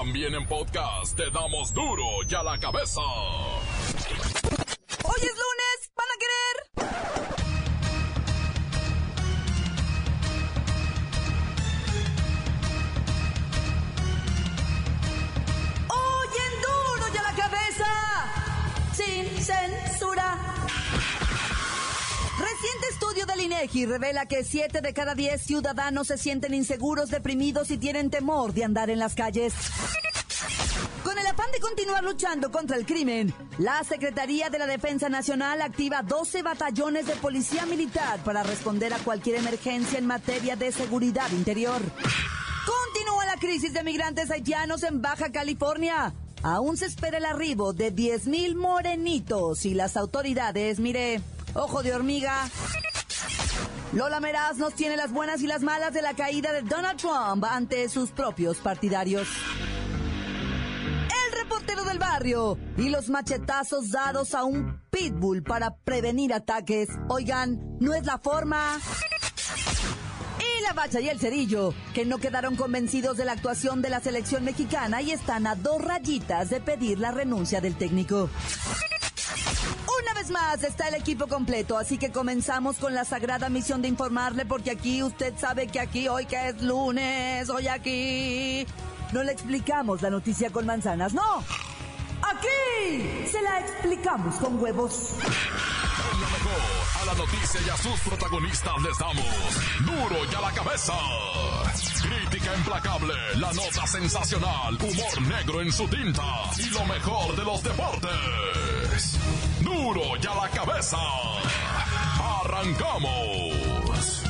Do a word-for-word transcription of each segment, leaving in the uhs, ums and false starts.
También en podcast te damos duro y a la cabeza. Hoy es lunes, ¿van a querer? Hoy en duro y a la cabeza, sin censura. Reciente estudio del INEGI revela que siete de cada diez ciudadanos se sienten inseguros, deprimidos y tienen temor de andar en las calles. Con el afán de continuar luchando contra el crimen, la Secretaría de la Defensa Nacional activa doce batallones de policía militar para responder a cualquier emergencia en materia de seguridad interior. Continúa la crisis de migrantes haitianos en Baja California. Aún se espera el arribo de diez mil morenitos y las autoridades, mire, ojo de hormiga. Lola Meraz nos tiene las buenas y las malas de la caída de Donald Trump ante sus propios partidarios. El reportero del barrio y los machetazos dados a un pitbull para prevenir ataques. Oigan, no es la forma. Y la Bacha y el Cerillo, que no quedaron convencidos de la actuación de la selección mexicana y están a dos rayitas de pedir la renuncia del técnico. Una vez más está el equipo completo, así que comenzamos con la sagrada misión de informarle, porque aquí usted sabe que aquí, hoy que es lunes, hoy aquí, no le explicamos la noticia con manzanas, no. Aquí se la explicamos con huevos. En lo mejor, a la noticia y a sus protagonistas les damos duro y a la cabeza. Crítica implacable, la nota sensacional, humor negro en su tinta y lo mejor de los deportes. Duro y a la cabeza. ¡Arrancamos!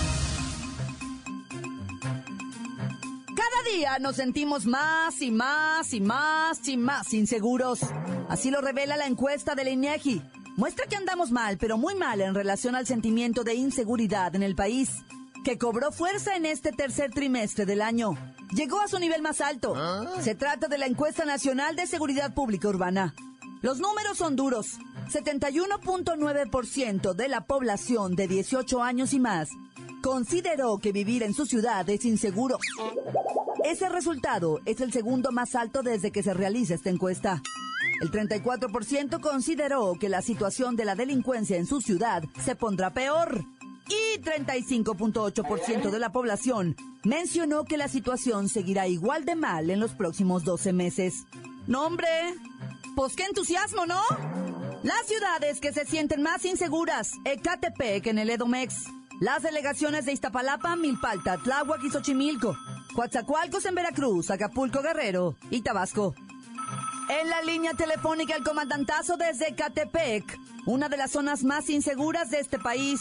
Cada día nos sentimos más y más y más y más inseguros. Así lo revela la encuesta del INEGI. Muestra que andamos mal, pero muy mal en relación al sentimiento de inseguridad en el país, que cobró fuerza en este tercer trimestre del año. Llegó a su nivel más alto. ¿Ah? Se trata de la Encuesta Nacional de Seguridad Pública Urbana. Los números son duros. setenta y uno punto nueve por ciento de la población de dieciocho años y más consideró que vivir en su ciudad es inseguro. Ese resultado es el segundo más alto desde que se realiza esta encuesta. El treinta y cuatro por ciento consideró que la situación de la delincuencia en su ciudad se pondrá peor. Y treinta y cinco punto ocho por ciento de la población mencionó que la situación seguirá igual de mal en los próximos doce meses. ¡No, hombre! Pues qué entusiasmo, ¿no? Las ciudades que se sienten más inseguras: Ecatepec en el Edomex, las delegaciones de Iztapalapa, Milpalta, Tláhuac y Xochimilco, Coatzacoalcos en Veracruz, Acapulco, Guerrero y Tabasco. En la línea telefónica el comandantazo desde Ecatepec, una de las zonas más inseguras de este país.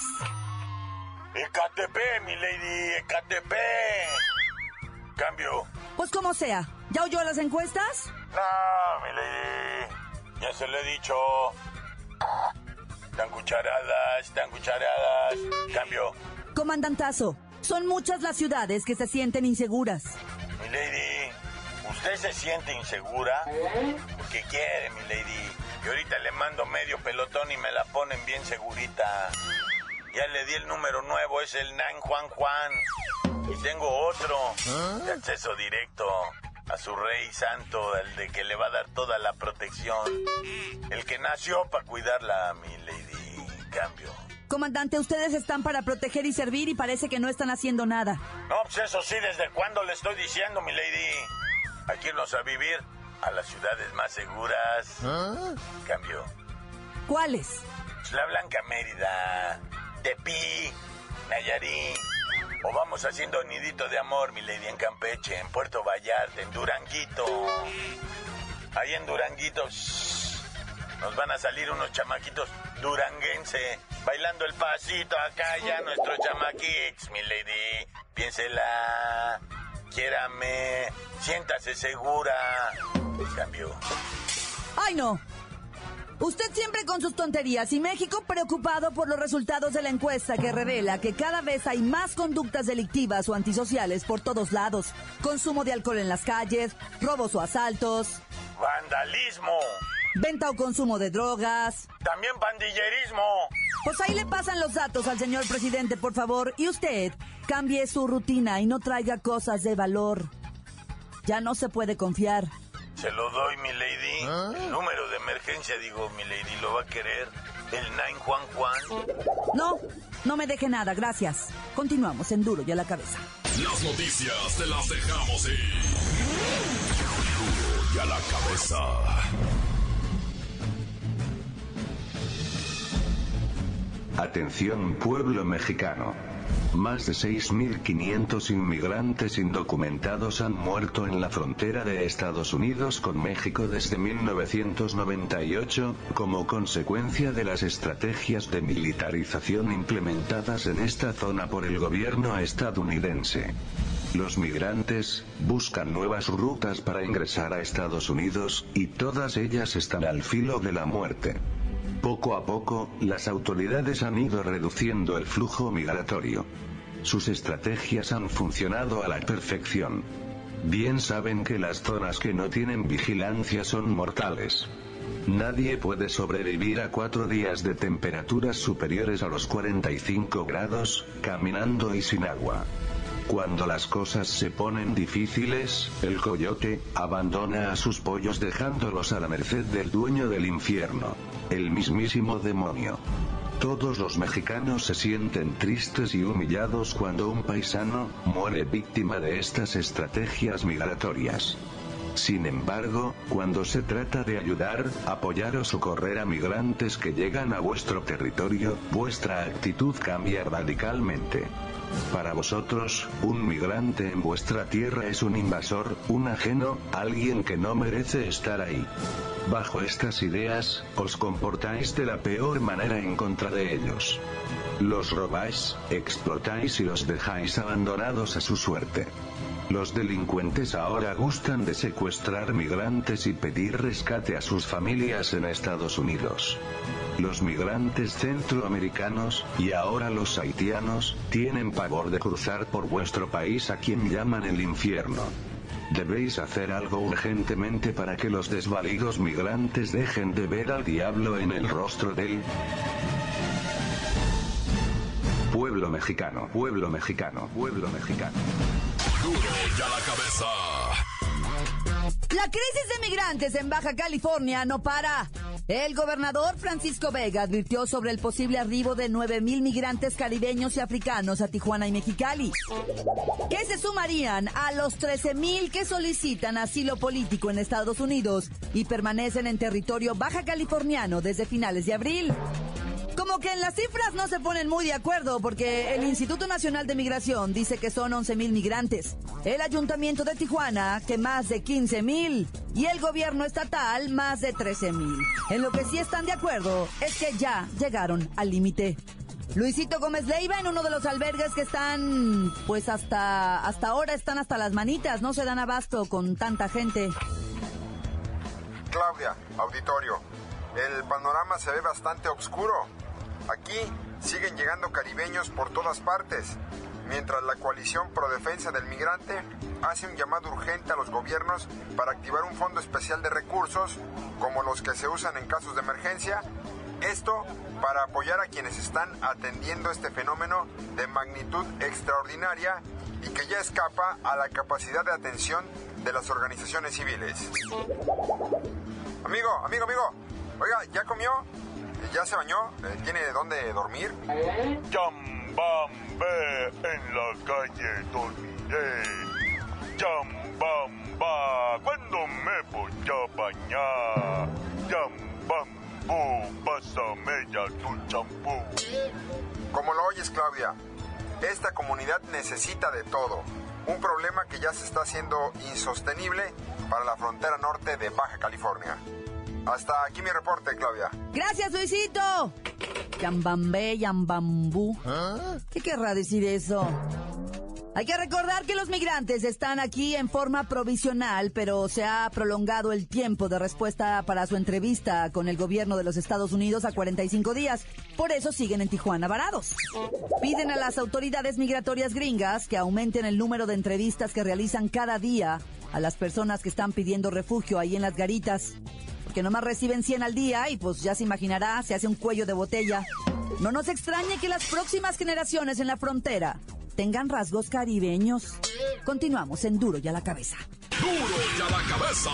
Ecatepec, mi lady, Ecatepec. Cambio. Pues como sea, ¿ya oyó las encuestas? No, mi lady, ya se lo he dicho. Están cucharadas, están cucharadas. Cambio. Comandantazo, son muchas las ciudades que se sienten inseguras. Mi lady, ¿usted se siente insegura? ¿Qué quiere, mi lady? Y ahorita le mando medio pelotón y me la ponen bien segurita. Ya le di el número nuevo, es el nueve Juan Juan. Y tengo otro, ¿ah? De acceso directo a su rey santo, el de que le va a dar toda la protección. El que nació para cuidarla, mi lady. Cambio. Comandante, ustedes están para proteger y servir y parece que no están haciendo nada. No, pues eso sí, ¿desde cuándo le estoy diciendo, mi lady? Hay que irnos a vivir a las ciudades más seguras. ¿Ah? Cambio. ¿Cuáles? Pues la Blanca Mérida, Tepi, Nayarit. O vamos haciendo nidito de amor, mi lady, en Campeche, en Puerto Vallarta, en Duranguito. Ahí en Duranguito shh, nos van a salir unos chamaquitos duranguense bailando el pasito acá ya nuestros chamaquitos, mi lady. Piénsela, quiérame, siéntase segura. Cambio. ¡Ay, no! Usted siempre con sus tonterías y México preocupado por los resultados de la encuesta que revela que cada vez hay más conductas delictivas o antisociales por todos lados. Consumo de alcohol en las calles, robos o asaltos. Vandalismo. Venta o consumo de drogas. También pandillerismo. Pues ahí le pasan los datos al señor presidente, por favor. Y usted, cambie su rutina y no traiga cosas de valor. Ya no se puede confiar. Se lo doy, mi lady. ¿Ah? El número de emergencia, digo, mi lady, ¿lo va a querer? ¿El nueve Juan Juan? No, no me deje nada, gracias. Continuamos en Duro y a la Cabeza. Las noticias te las dejamos ir. Duro y a la Cabeza. Atención, pueblo mexicano. Más de seis mil quinientos inmigrantes indocumentados han muerto en la frontera de Estados Unidos con México desde mil novecientos noventa y ocho, como consecuencia de las estrategias de militarización implementadas en esta zona por el gobierno estadounidense. Los migrantes buscan nuevas rutas para ingresar a Estados Unidos, y todas ellas están al filo de la muerte. Poco a poco, las autoridades han ido reduciendo el flujo migratorio. Sus estrategias han funcionado a la perfección. Bien saben que las zonas que no tienen vigilancia son mortales. Nadie puede sobrevivir a cuatro días de temperaturas superiores a los cuarenta y cinco grados, caminando y sin agua. Cuando las cosas se ponen difíciles, el coyote abandona a sus pollos dejándolos a la merced del dueño del infierno, el mismísimo demonio. Todos los mexicanos se sienten tristes y humillados cuando un paisano muere víctima de estas estrategias migratorias. Sin embargo, cuando se trata de ayudar, apoyar o socorrer a migrantes que llegan a vuestro territorio, vuestra actitud cambia radicalmente. Para vosotros, un migrante en vuestra tierra es un invasor, un ajeno, alguien que no merece estar ahí. Bajo estas ideas, os comportáis de la peor manera en contra de ellos. Los robáis, explotáis y los dejáis abandonados a su suerte. Los delincuentes ahora gustan de secuestrar migrantes y pedir rescate a sus familias en Estados Unidos. Los migrantes centroamericanos, y ahora los haitianos, tienen pavor de cruzar por vuestro país a quien llaman el infierno. Debéis hacer algo urgentemente para que los desvalidos migrantes dejen de ver al diablo en el rostro del pueblo mexicano, pueblo mexicano, pueblo mexicano. Duro y a la Cabeza. La crisis de migrantes en Baja California no para. El gobernador Francisco Vega advirtió sobre el posible arribo de nueve mil migrantes caribeños y africanos a Tijuana y Mexicali, que se sumarían a los trece mil que solicitan asilo político en Estados Unidos y permanecen en territorio baja californiano desde finales de abril. Como que en las cifras no se ponen muy de acuerdo, porque el Instituto Nacional de Migración dice que son once mil migrantes, el Ayuntamiento de Tijuana que más de quince mil y el gobierno estatal más de trece mil. En lo que sí están de acuerdo es que ya llegaron al límite. Luisito Gómez Leiva en uno de los albergues que están, pues hasta, hasta ahora están hasta las manitas, no se dan abasto con tanta gente. Claudia, auditorio, el panorama se ve bastante oscuro. Aquí siguen llegando caribeños por todas partes, mientras la coalición pro defensa del migrante hace un llamado urgente a los gobiernos para activar un fondo especial de recursos, como los que se usan en casos de emergencia, esto para apoyar a quienes están atendiendo este fenómeno de magnitud extraordinaria y que ya escapa a la capacidad de atención de las organizaciones civiles. Amigo, amigo, amigo, oiga, ¿ya comió? ¿Ya se bañó? ¿Tiene dónde dormir? Yambambe, en la calle dormiré. Yambamba, cuando me voy a bañar. Yambambu, pásame ya tu champú. Como lo oyes, Claudia, esta comunidad necesita de todo. Un problema que ya se está haciendo insostenible para la frontera norte de Baja California. Hasta aquí mi reporte, Claudia. Gracias, Luisito. Yambambé, yambambú. ¿Ah? ¿Qué querrá decir eso? Hay que recordar que los migrantes están aquí en forma provisional, pero se ha prolongado el tiempo de respuesta para su entrevista con el gobierno de los Estados Unidos a cuarenta y cinco días. Por eso siguen en Tijuana varados. Piden a las autoridades migratorias gringas que aumenten el número de entrevistas que realizan cada día a las personas que están pidiendo refugio ahí en las garitas. Que nomás reciben cien al día y pues ya se imaginará, se hace un cuello de botella. No nos extrañe que las próximas generaciones en la frontera tengan rasgos caribeños. Continuamos en Duro y a la Cabeza. Duro y a la Cabeza.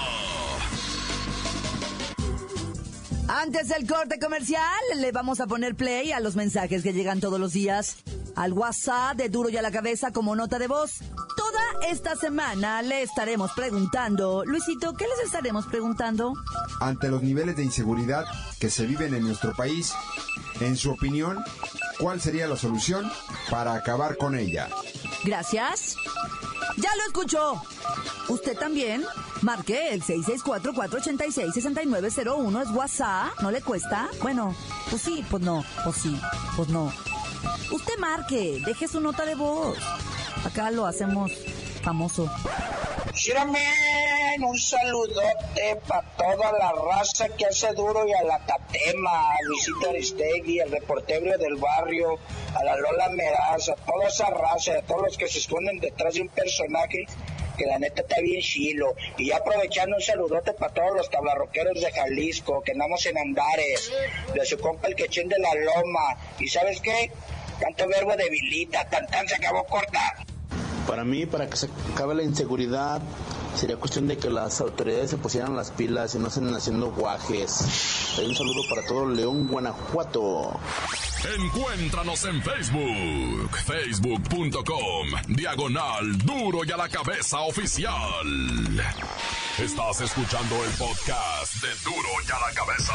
Antes del corte comercial, le vamos a poner play a los mensajes que llegan todos los días al WhatsApp de Duro y a la Cabeza como nota de voz. Toda esta semana le estaremos preguntando, Luisito, ¿qué les estaremos preguntando? Ante los niveles de inseguridad que se viven en nuestro país, en su opinión, ¿cuál sería la solución para acabar con ella? Gracias. Ya lo escuchó. ¿Usted también? Marque el seis seis cuatro, cuatro ocho seis, seis nueve cero uno, es WhatsApp, ¿no le cuesta? Bueno, pues sí, pues no, pues sí, pues no. Usted marque, deje su nota de voz. Acá lo hacemos famoso. Shiramen, un saludote para toda la raza que hace Duro y a la Catema, a Luisito Aristegui, el reportero del barrio, a la Lola Meraz, a toda esa raza, a todos los que se esconden detrás de un personaje que la neta está bien chilo. Y ya aprovechando, un saludote para todos los tablarroqueros de Jalisco, que andamos en Andares, de su compa el Quechén de la Loma. ¿Y sabes qué? Tanto verbo debilita, tan tan se acabó corta. Para mí, para que se acabe la inseguridad, sería cuestión de que las autoridades se pusieran las pilas y no estén haciendo guajes. Un saludo para todo León, Guanajuato. Encuéntranos en Facebook, facebook punto com, diagonal Duro y a la Cabeza Oficial. Estás escuchando el podcast de Duro y a la Cabeza.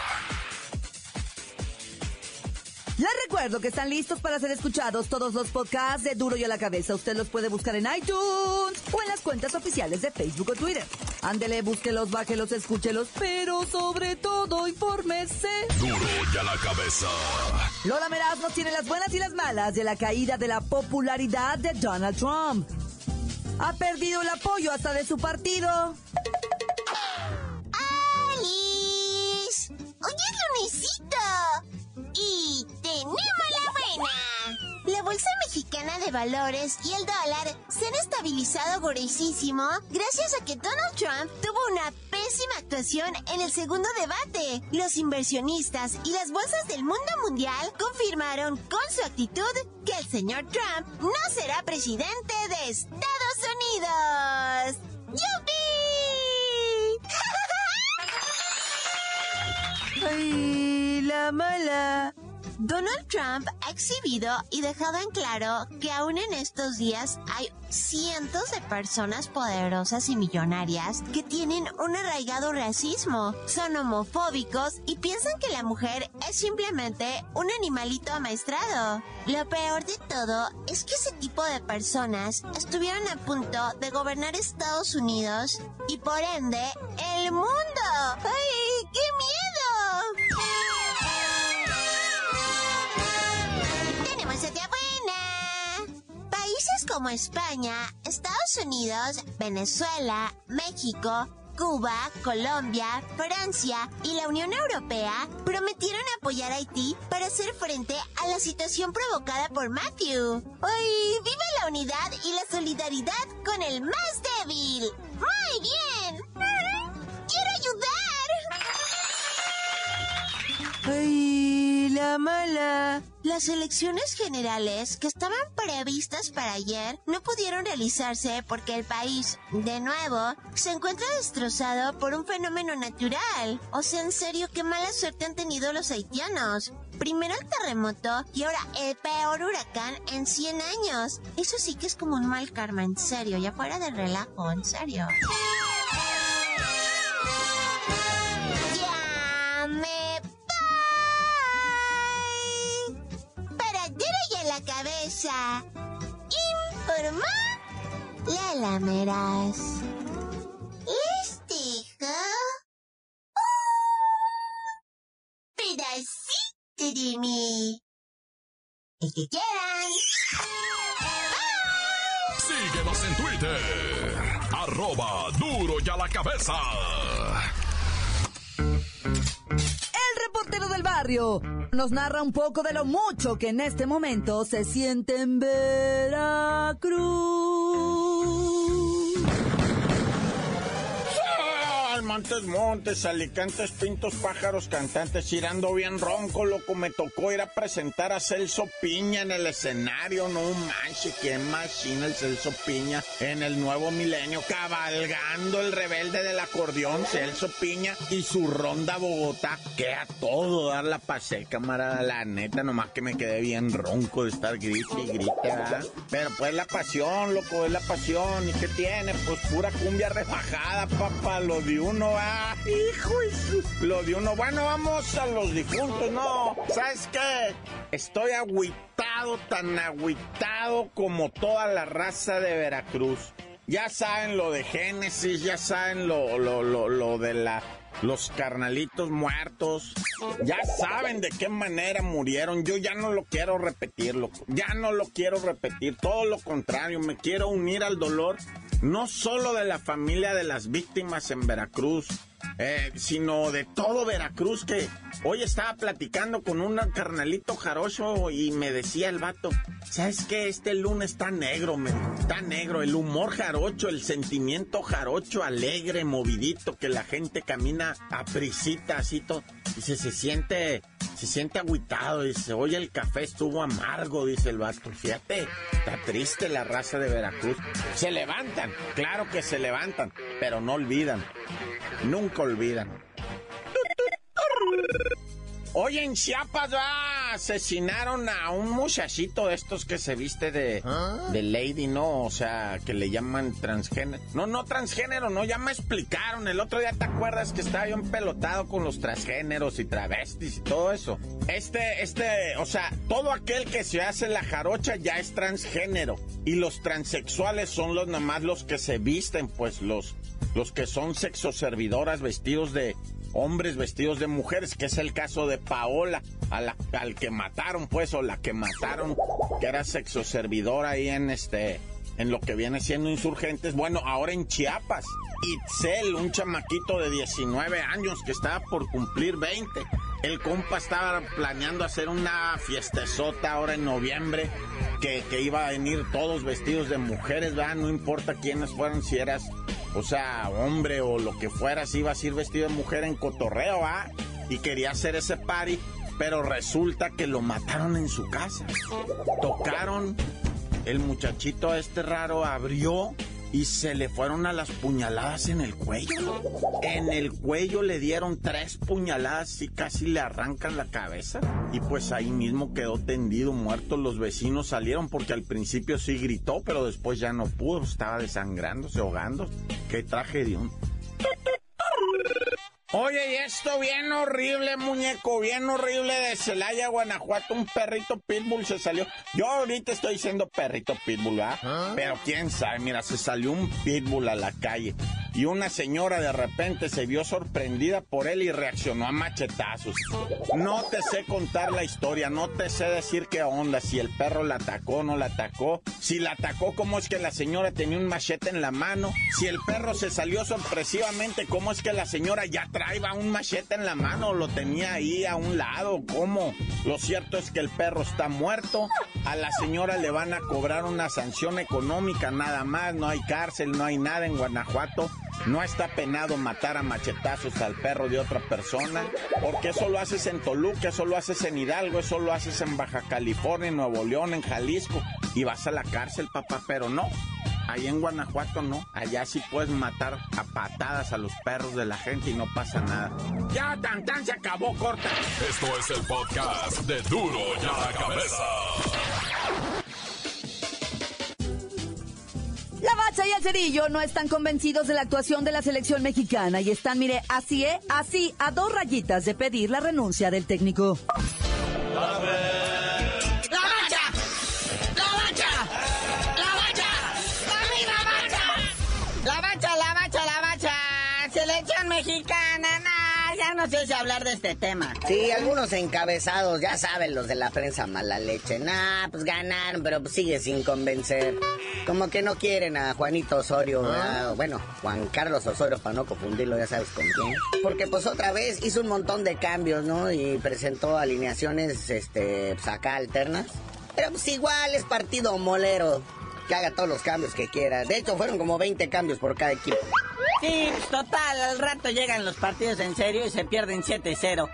Les recuerdo que están listos para ser escuchados todos los podcasts de Duro y a la Cabeza. Usted los puede buscar en iTunes o en las cuentas oficiales de Facebook o Twitter. Ándele, búsquelos, bájelos, escúchelos, pero sobre todo infórmese. Duro y a la Cabeza. Lola Meraz nos tiene las buenas y las malas de la caída de la popularidad de Donald Trump. Ha perdido el apoyo hasta de su partido. ¡Alice! ¡Oye, Lunesito! Y tenemos la buena. La Bolsa Mexicana de Valores y el dólar se han estabilizado gruesísimo gracias a que Donald Trump tuvo una pésima actuación en el segundo debate. Los inversionistas y las bolsas del mundo mundial confirmaron con su actitud que el señor Trump no será presidente de Estados Unidos. ¡Yupi! ¡Ay, la mala! Donald Trump ha exhibido y dejado en claro que aún en estos días hay cientos de personas poderosas y millonarias que tienen un arraigado racismo, son homofóbicos y piensan que la mujer es simplemente un animalito amaestrado. Lo peor de todo es que ese tipo de personas estuvieron a punto de gobernar Estados Unidos y por ende el mundo. ¡Ay, qué miedo! Países como España, Estados Unidos, Venezuela, México, Cuba, Colombia, Francia y la Unión Europea prometieron apoyar a Haití para hacer frente a la situación provocada por Matthew. ¡Ay, viva la unidad y la solidaridad con el más débil! ¡Muy bien! ¡Quiero ayudar! ¡Ay, la mala! Las elecciones generales que estaban previstas para ayer no pudieron realizarse porque el país, de nuevo, se encuentra destrozado por un fenómeno natural. O sea, en serio, qué mala suerte han tenido los haitianos. Primero el terremoto y ahora el peor huracán en cien años. Eso sí que es como un mal karma, en serio, ya fuera de relajo, en serio. ¡Ya me la cabeza! Informó Lola Meraz. Les dejo un pedacito de mí. El que quieran. Síguenos en Twitter. Arroba Duro y a la Cabeza. El reportero del barrio nos narra un poco de lo mucho que en este momento se siente en Veracruz. Montes, Montes, Alicantes, Pintos, Pájaros, Cantantes, girando bien ronco, loco, me tocó ir a presentar a Celso Piña en el escenario, no manches, qué machina el Celso Piña en el nuevo milenio, cabalgando el rebelde del acordeón, Celso Piña y su ronda Bogotá, que a todo dar la pasé, camarada, la neta, nomás que me quedé bien ronco de estar grite y grite, ¿verdad? Pero pues la pasión, loco, es la pasión, ¿y qué tiene? Pues pura cumbia rebajada, papá, lo de uno, ah, hijo, lo de uno. Bueno, vamos a los difuntos, no, ¿sabes qué? Estoy agüitado, tan agüitado como toda la raza de Veracruz. Ya saben lo de Génesis, ya saben lo, lo, lo, lo de la... los carnalitos muertos, ya saben de qué manera murieron. Yo ya no lo quiero repetir, loco. Ya no lo quiero repetir. Todo lo contrario, me quiero unir al dolor, no solo de la familia de las víctimas en Veracruz, eh, sino de todo Veracruz, que hoy estaba platicando con un carnalito jarocho y me decía el vato, ¿sabes qué? Este lunes está negro, me dijo, está negro. El humor jarocho, el sentimiento jarocho, alegre, movidito, que la gente camina a prisita, así todo. Dice, se siente, se siente agüitado, dice, oye, el café estuvo amargo, dice el vato. Fíjate, está triste la raza de Veracruz. Se levantan, claro que se levantan, pero no olvidan, nunca olvidan. Hoy en Chiapas, ah, asesinaron a un muchachito de estos que se viste de, ¿Ah? de lady, ¿no? O sea, que le llaman transgénero. No, no transgénero, no, ya me explicaron. El otro día, ¿te acuerdas que estaba yo empelotado con los transgéneros y travestis y todo eso? Este, este, o sea, todo aquel que se hace la jarocha ya es transgénero. Y los transexuales son los nomás los que se visten, pues, los, los que son sexoservidoras vestidos de... hombres vestidos de mujeres, que es el caso de Paola, a la, al que mataron, pues, o la que mataron, que era sexoservidora ahí en este, en lo que viene siendo Insurgentes. Bueno, ahora en Chiapas, Itzel, un chamaquito de diecinueve años que estaba por cumplir veinte. El compa estaba planeando hacer una fiestezota ahora en noviembre, que, que iba a venir todos vestidos de mujeres, ¿verdad? No importa quiénes fueran, si eras... o sea, hombre o lo que fuera, si ibas a ir vestido de mujer en cotorreo, ¿ah? Y quería hacer ese party, pero resulta que lo mataron en su casa. Tocaron, el muchachito este raro abrió y se le fueron a las puñaladas en el cuello. En el cuello le dieron tres puñaladas y casi le arrancan la cabeza. Y pues ahí mismo quedó tendido, muerto. Los vecinos salieron porque al principio sí gritó, pero después ya no pudo. Estaba desangrándose, ahogando. Qué tragedia. Oye, y esto bien horrible, muñeco, bien horrible de Celaya, Guanajuato. Un perrito pitbull se salió. Yo ahorita estoy diciendo perrito pitbull, ¿verdad? ¿Ah? Pero quién sabe, mira, se salió un pitbull a la calle. Y una señora de repente se vio sorprendida por él y reaccionó a machetazos. No te sé contar la historia, no te sé decir qué onda, si el perro la atacó o no la atacó, si la atacó, cómo es que la señora tenía un machete en la mano, si el perro se salió sorpresivamente, cómo es que la señora ya traía un machete en la mano o lo tenía ahí a un lado, cómo. Lo cierto es que el perro está muerto, a la señora le van a cobrar una sanción económica nada más, no hay cárcel, no hay nada en Guanajuato. No está penado matar a machetazos al perro de otra persona, porque eso lo haces en Toluca, eso lo haces en Hidalgo, eso lo haces en Baja California, en Nuevo León, en Jalisco, y vas a la cárcel, papá, pero no. Ahí en Guanajuato no, allá sí puedes matar a patadas a los perros de la gente y no pasa nada. Ya, tan tan, se acabó, corta. Esto es el podcast de Duro y a la Cabeza. La Bacha y el Cerillo no están convencidos de la actuación de la selección mexicana y están, mire, así, ¿eh? Así, a dos rayitas de pedir la renuncia del técnico. ¡La Bacha! ¡La Bacha! ¡La Bacha! ¡La Bacha! ¡La Bacha, la Bacha, la Bacha! ¡Selección mexicana! Nah, ya no sé si hablar de este tema. Sí, algunos encabezados, ya saben, los de la prensa mala leche. Nah, pues ganaron, pero pues sigue sin convencer. Como que no quieren a Juanito Osorio, ¿Ah? Bueno, Juan Carlos Osorio, para no confundirlo, ya sabes con quién. Porque pues otra vez hizo un montón de cambios, ¿no? Y presentó alineaciones, este, pues acá alternas. Pero pues igual es partido molero, que haga todos los cambios que quiera. De hecho, fueron como veinte cambios por cada equipo. Sí, pues total, al rato llegan los partidos en serio y se pierden siete cero.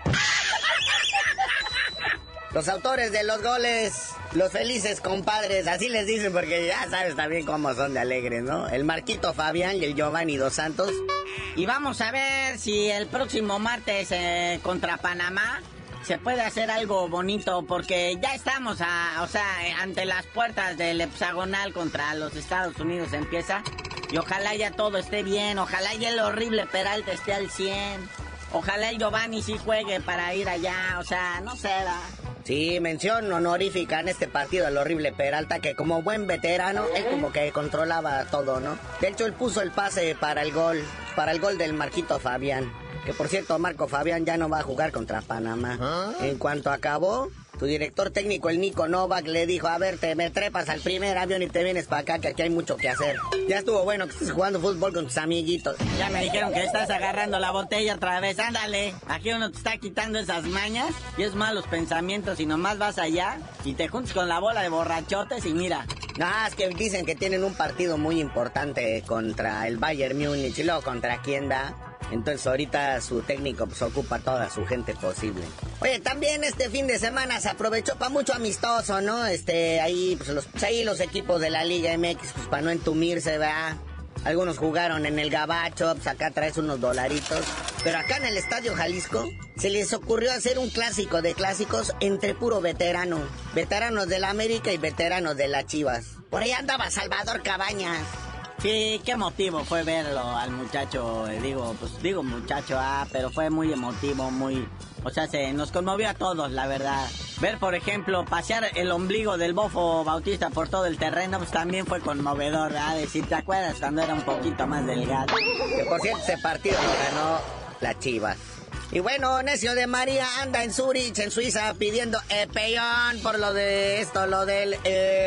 Los autores de los goles, los felices compadres, así les dicen porque ya sabes también cómo son de alegres, ¿no? El Marquito Fabián y el Giovanni Dos Santos. Y vamos a ver si el próximo martes eh, contra Panamá se puede hacer algo bonito, porque ya estamos, a, o sea, ante las puertas del hexagonal contra los Estados Unidos empieza. Y ojalá ya todo esté bien, ojalá ya el horrible Peralta esté al cien. Ojalá el Giovanni sí juegue para ir allá, o sea, no sé, ¿verdad? Sí, mención honorífica en este partido al horrible Peralta, que como buen veterano, él como que controlaba todo, ¿no? De hecho, él puso el pase para el gol, para el gol del Marquito Fabián. Que por cierto, Marco Fabián ya no va a jugar contra Panamá. ¿Ah? En cuanto acabó, su director técnico, el Nico Novak, le dijo, a ver, te me trepas al primer avión y te vienes para acá, que aquí hay mucho que hacer. Ya estuvo bueno que estés jugando fútbol con tus amiguitos. Ya me dijeron que estás agarrando la botella otra vez, ándale. Aquí uno te está quitando esas mañas y es malos pensamientos y nomás vas allá y te juntas con la bola de borrachotes y mira. No, es que dicen que tienen un partido muy importante contra el Bayern Múnich y luego contra quién da. Entonces ahorita su técnico pues ocupa toda su gente posible. Oye, también este fin de semana se aprovechó para mucho amistoso, ¿no? Este, ahí pues los, pues ahí los equipos de la Liga M X, pues para no entumirse, ¿verdad? Algunos jugaron en el Gabacho, pues acá traes unos dolaritos. Pero acá en el Estadio Jalisco se les ocurrió hacer un clásico de clásicos entre puro veterano. Veteranos de la América y veteranos de las Chivas. Por ahí andaba Salvador Cabañas. Sí, qué emotivo fue verlo al muchacho, eh, digo, pues digo muchacho, ah, pero fue muy emotivo, muy, o sea, se nos conmovió a todos, la verdad. Ver, por ejemplo, pasear el ombligo del Bofo Bautista por todo el terreno, pues también fue conmovedor, ¿ah? Decir, ¿te acuerdas cuando era un poquito más delgado? Que por cierto, ese partido lo ganó la Chivas. Y bueno, Necio de María anda en Zurich, en Suiza, pidiendo epeyón por lo de esto, lo del...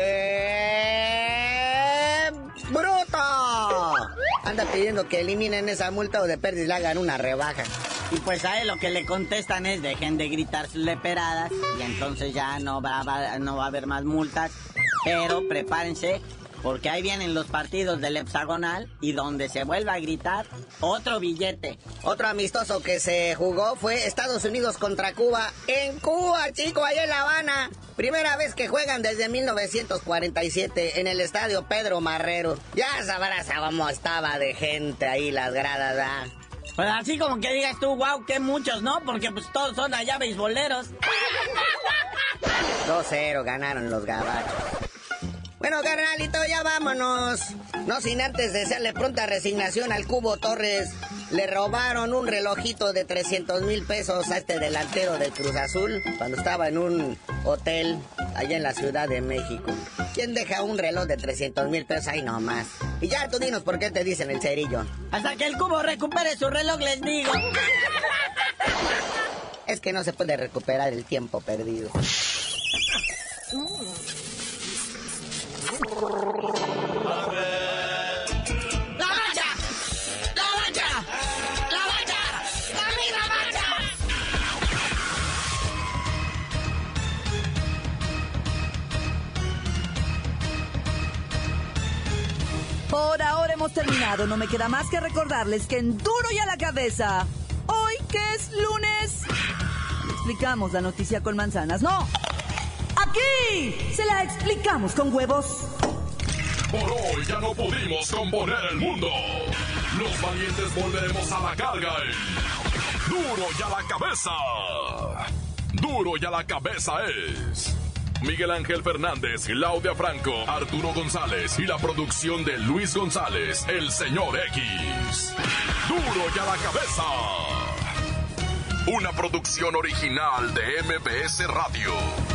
Eh... ¡Bruto! Anda pidiendo que eliminen esa multa o de pérdida le hagan una rebaja. Y pues a él lo que le contestan es dejen de gritar sus leperadas y entonces ya no va, va, no va a haber más multas. Pero prepárense porque ahí vienen los partidos del hexagonal y donde se vuelva a gritar, otro billete. Otro amistoso que se jugó fue Estados Unidos contra Cuba. En Cuba, chico, allá en La Habana. Primera vez que juegan desde mil novecientos cuarenta y siete en el estadio Pedro Marrero. Ya sabrás cómo estaba de gente ahí las gradas, ¿ah? Pues así como que digas tú, wow, que muchos, ¿no? Porque pues todos son allá beisboleros. dos cero ganaron los gabachos. Bueno, carnalito, ya vámonos. No sin antes desearle pronta resignación al Cubo Torres. Le robaron un relojito de trescientos mil pesos a este delantero del Cruz Azul cuando estaba en un hotel allá en la Ciudad de México. ¿Quién deja un reloj de trescientos mil pesos ahí nomás? Y ya tú dinos por qué te dicen el cerillo. Hasta que el Cubo recupere su reloj, les digo. Es que no se puede recuperar el tiempo perdido. Por ahora hemos terminado. No me queda más que recordarles que en Duro y a la Cabeza, hoy que es lunes, le explicamos la noticia con manzanas. ¡No! ¡Aquí se la explicamos con huevos! Por hoy ya no pudimos componer el mundo. Los valientes volveremos a la carga en Duro y a la Cabeza. Duro y a la Cabeza es Miguel Ángel Fernández, Claudia Franco, Arturo González y la producción de Luis González, el señor X. Duro y a la Cabeza. Una producción original de M B S Radio.